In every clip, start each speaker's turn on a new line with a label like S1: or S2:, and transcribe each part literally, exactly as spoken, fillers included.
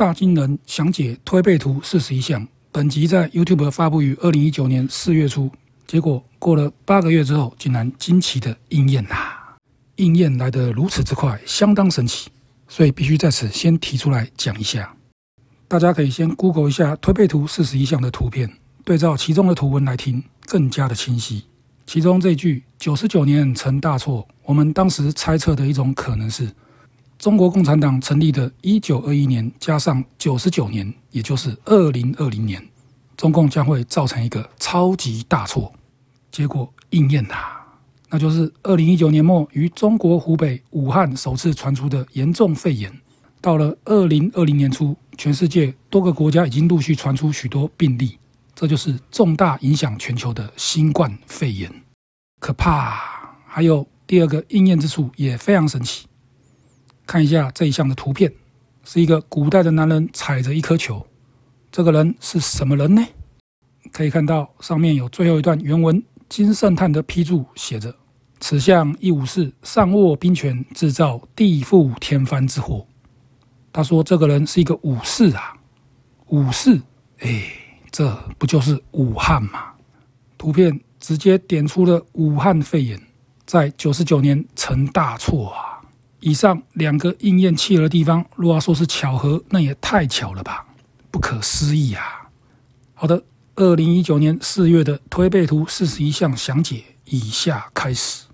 S1: 大金人详解推背图四十一项。本集在 YouTube 发布于二零一九年四月初，结果过了八个月之后，竟然惊奇的应验啦！应验来得如此之快，相当神奇，所以必须在此先提出来讲一下。大家可以先 Google 一下推背图四十一项的图片，对照其中的图文来听，更加的清晰。其中这句九十九年成大错，我们当时猜测的一种可能是，中国共产党成立的一九二一年加上九十九年，也就是二零二零年，中共将会造成一个超级大错。结果应验啦，那就是二零一九年末于中国湖北武汉首次传出的严重肺炎。到了二零二零年初，全世界多个国家已经陆续传出许多病例，这就是重大影响全球的新冠肺炎。可怕！还有第二个应验之处也非常神奇。看一下这一项的图片，是一个古代的男人踩着一颗球。这个人是什么人呢？可以看到上面有最后一段原文，金圣叹的批注写着：此项一武士上握兵权，制造地覆天翻之祸。他说这个人是一个武士啊，武士，哎，这不就是武汉吗？图片直接点出了武汉肺炎在九十九年成大错啊！以上两个应验契合的地方，若要说是巧合，那也太巧了吧，不可思议啊！好的，二零一九年四月的推背图四十一项详解，以下开始。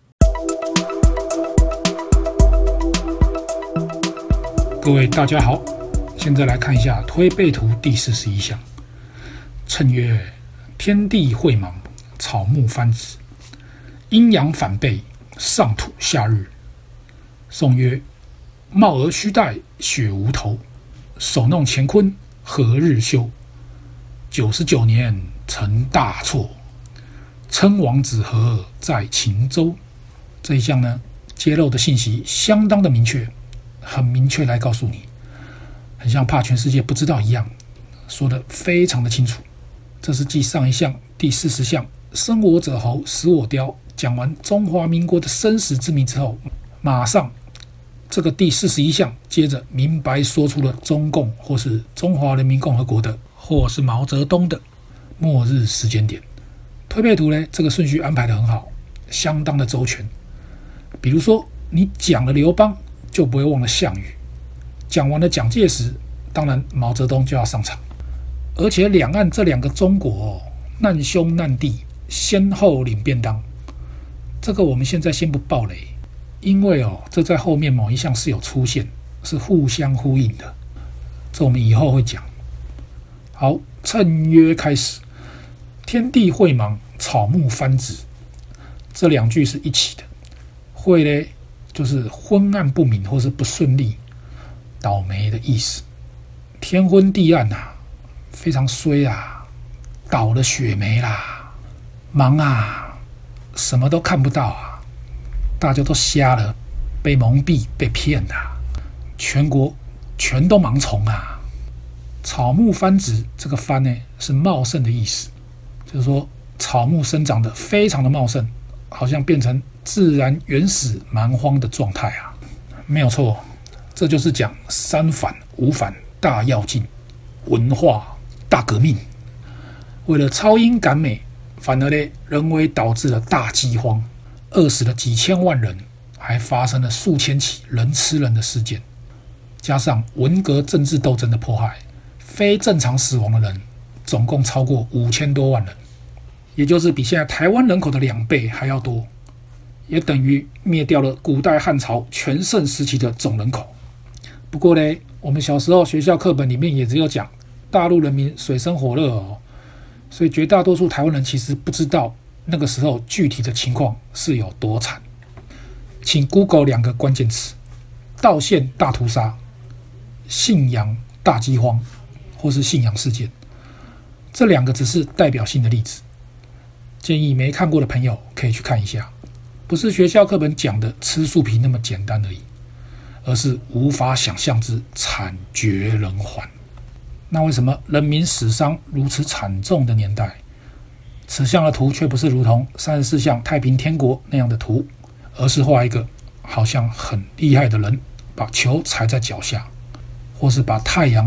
S1: 各位大家好，现在来看一下推背图第四十一项。谶曰：天地晦茫，草木翻殖，阴阳反背，上土下日。颂曰：貌而虚戴，雪无头，手弄乾坤，何日休？九十九年成大错，称王子和在秦州。这一项呢，揭露的信息相当的明确，很明确来告诉你，很像怕全世界不知道一样，说得非常的清楚。这是继上一项第四十项生我者猴，死我雕讲完中华民国的生死之谜之后，马上这个第四十一项接着明白说出了中共或是中华人民共和国的，或是毛泽东的末日时间点。推背图呢，这个顺序安排得很好，相当的周全。比如说你讲了刘邦，就不会忘了项羽，讲完了蒋介石，当然毛泽东就要上场。而且两岸这两个中国、哦、难兄难弟，先后领便当，这个我们现在先不爆雷，因为哦，这在后面某一项是有出现，是互相呼应的，这我们以后会讲。好，谶曰开始，天地晦茫，草木翻殖，这两句是一起的。晦呢，就是昏暗不明或是不顺利、倒霉的意思。天昏地暗啊，非常衰啊，倒了血霉啦，茫啊，什么都看不到啊，大家都瞎了，被蒙蔽，被骗啊，全国全都盲从啊。草木翻殖，这个翻呢是茂盛的意思，就是说草木生长得非常的茂盛，好像变成自然原始蛮荒的状态啊。没有错，这就是讲三反五反大跃进，文化大革命。为了超英赶美，反而呢人为导致了大饥荒，饿死了几千万人，还发生了数千起人吃人的事件，加上文革政治斗争的迫害，非正常死亡的人总共超过五千多万人，也就是比现在台湾人口的两倍还要多，也等于灭掉了古代汉朝全盛时期的总人口。不过呢，我们小时候学校课本里面也只有讲大陆人民水深火热哦，所以绝大多数台湾人其实不知道那个时候具体的情况是有多惨。请 Google 两个关键词：道县大屠杀、信阳大饥荒，或是信阳事件。这两个只是代表性的例子，建议没看过的朋友可以去看一下，不是学校课本讲的吃树皮那么简单而已，而是无法想象之惨绝人寰。那为什么人民死伤如此惨重的年代，此项的图却不是如同三十四项太平天国那样的图，而是画一个好像很厉害的人把球踩在脚下，或是把太阳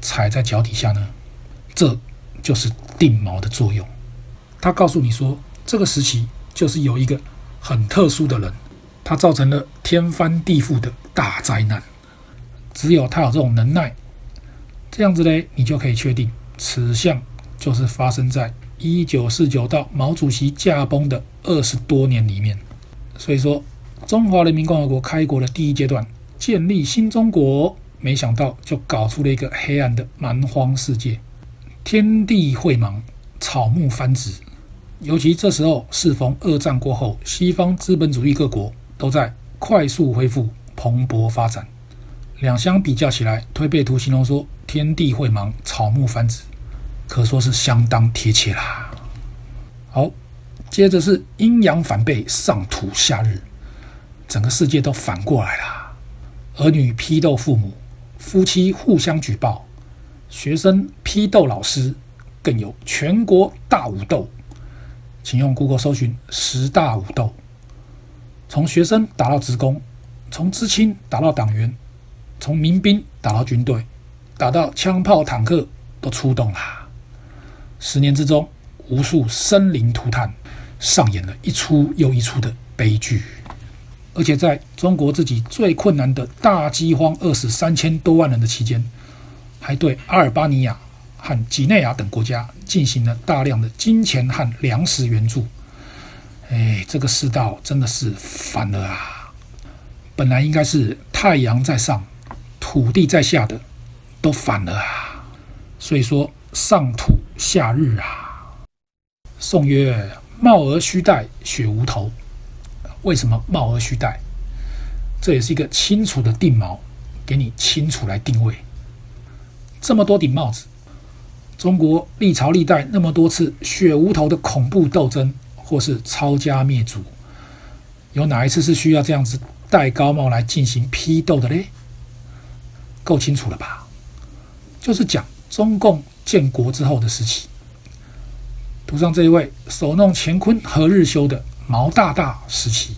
S1: 踩在脚底下呢？这就是定锚的作用。他告诉你说，这个时期就是有一个很特殊的人，他造成了天翻地覆的大灾难。只有他有这种能耐，这样子呢，你就可以确定此项就是发生在一九四九到毛主席驾崩的二十多年里面。所以说，中华人民共和国开国的第一阶段，建立新中国，没想到就搞出了一个黑暗的蛮荒世界，天地晦茫，草木繁殖。尤其这时候适逢二战过后，西方资本主义各国都在快速恢复、蓬勃发展。两相比较起来，推背图形容说天地晦茫，草木繁殖，可说是相当贴切啦。好，接着是阴阳反背，上土下日，整个世界都反过来啦。儿女批斗父母，夫妻互相举报，学生批斗老师，更有全国大武斗。请用 Google 搜寻十大武斗，从学生打到职工，从知青打到党员，从民兵打到军队，打到枪炮坦克都出动啦。十年之中，无数生灵涂炭，上演了一出又一出的悲剧。而且在中国自己最困难的大饥荒饿死三千多万人的期间，还对阿尔巴尼亚和几内亚等国家进行了大量的金钱和粮食援助。哎，这个世道真的是反了啊！本来应该是太阳在上，土地在下的，都反了啊！所以说上土下日啊。宋曰：貌而虚戴，雪无头。为什么貌而虚戴？这也是一个清楚的定锚，给你清楚来定位。这么多顶帽子，中国历朝历代那么多次血无头的恐怖斗争，或是抄家灭族，有哪一次是需要这样子戴高帽来进行批斗的嘞？够清楚了吧？就是讲中共建国之后的时期。图上这一位手弄乾坤何日休的毛大大时期。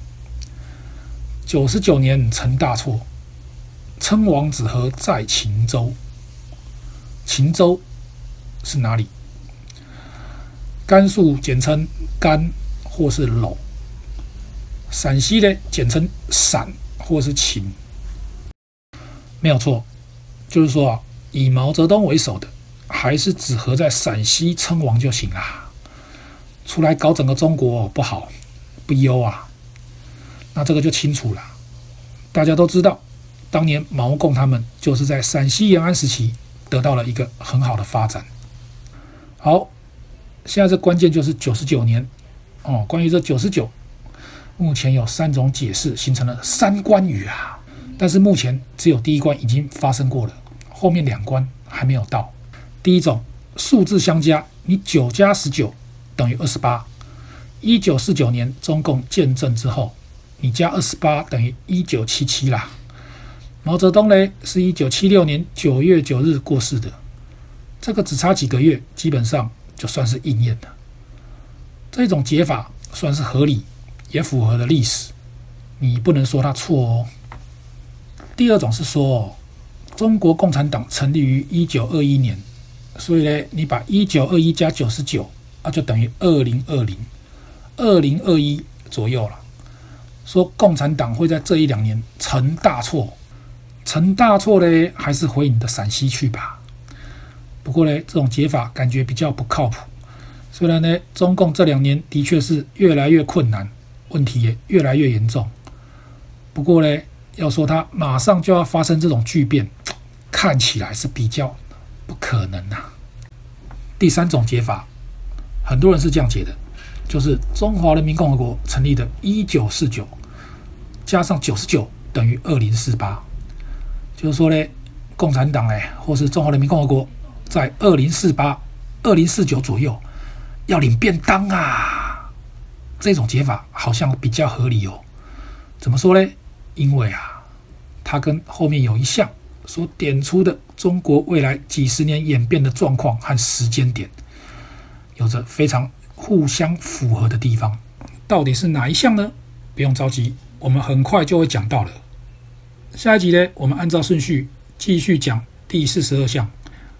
S1: 九十九年成大错，称王子和在秦州。秦州是哪里？甘肃简称甘或是陇，陕西呢简称陕或是秦。没有错，就是说啊，以毛泽东为首的，还是只合在陕西称王就行啦。出来搞整个中国不好不优啊，那这个就清楚了。大家都知道，当年毛共他们就是在陕西延安时期得到了一个很好的发展。好，现在这关键就是九十九年哦。关于这九十九，目前有三种解释，形成了三关语啊。但是目前只有第一关已经发生过了，后面两关还没有到。第一种，数字相加，你九加十九等于二十八。一九四九年中共建政之后，你加二十八等于一九七七啦。毛泽东呢是一九七六年九月九日过世的，这个只差几个月，基本上就算是应验了。这种解法算是合理，也符合了历史，你不能说它错哦。第二种是说，中国共产党成立于一九二一年，所以呢，你把一九二一加九十九，啊，就等于二零二零，二零二一左右了。说共产党会在这一两年成大错，成大错呢，还是回你的陕西去吧。不过呢，这种解法感觉比较不靠谱。虽然呢，中共这两年的确是越来越困难，问题也越来越严重。不过呢，要说它马上就要发生这种巨变，看起来是比较不可能啊。第三种解法，很多人是这样解的，就是中华人民共和国成立的一九四九加上九十九等于二零四八，就是说呢，共产党呢，或是中华人民共和国在二零四八、二零四九左右要领便当啊。这种解法好像比较合理哦。怎么说呢？因为啊，它跟后面有一项所点出的中国未来几十年演变的状况和时间点，有着非常互相符合的地方。到底是哪一项呢？不用着急，我们很快就会讲到了。下一集呢，我们按照顺序继续讲第四十二项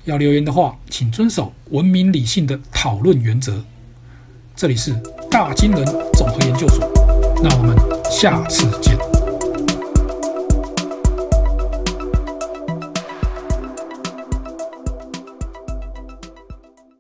S1: 要留言的话，请遵守文明理性的讨论原则。这里是大金人综合研究所，那我们下次见。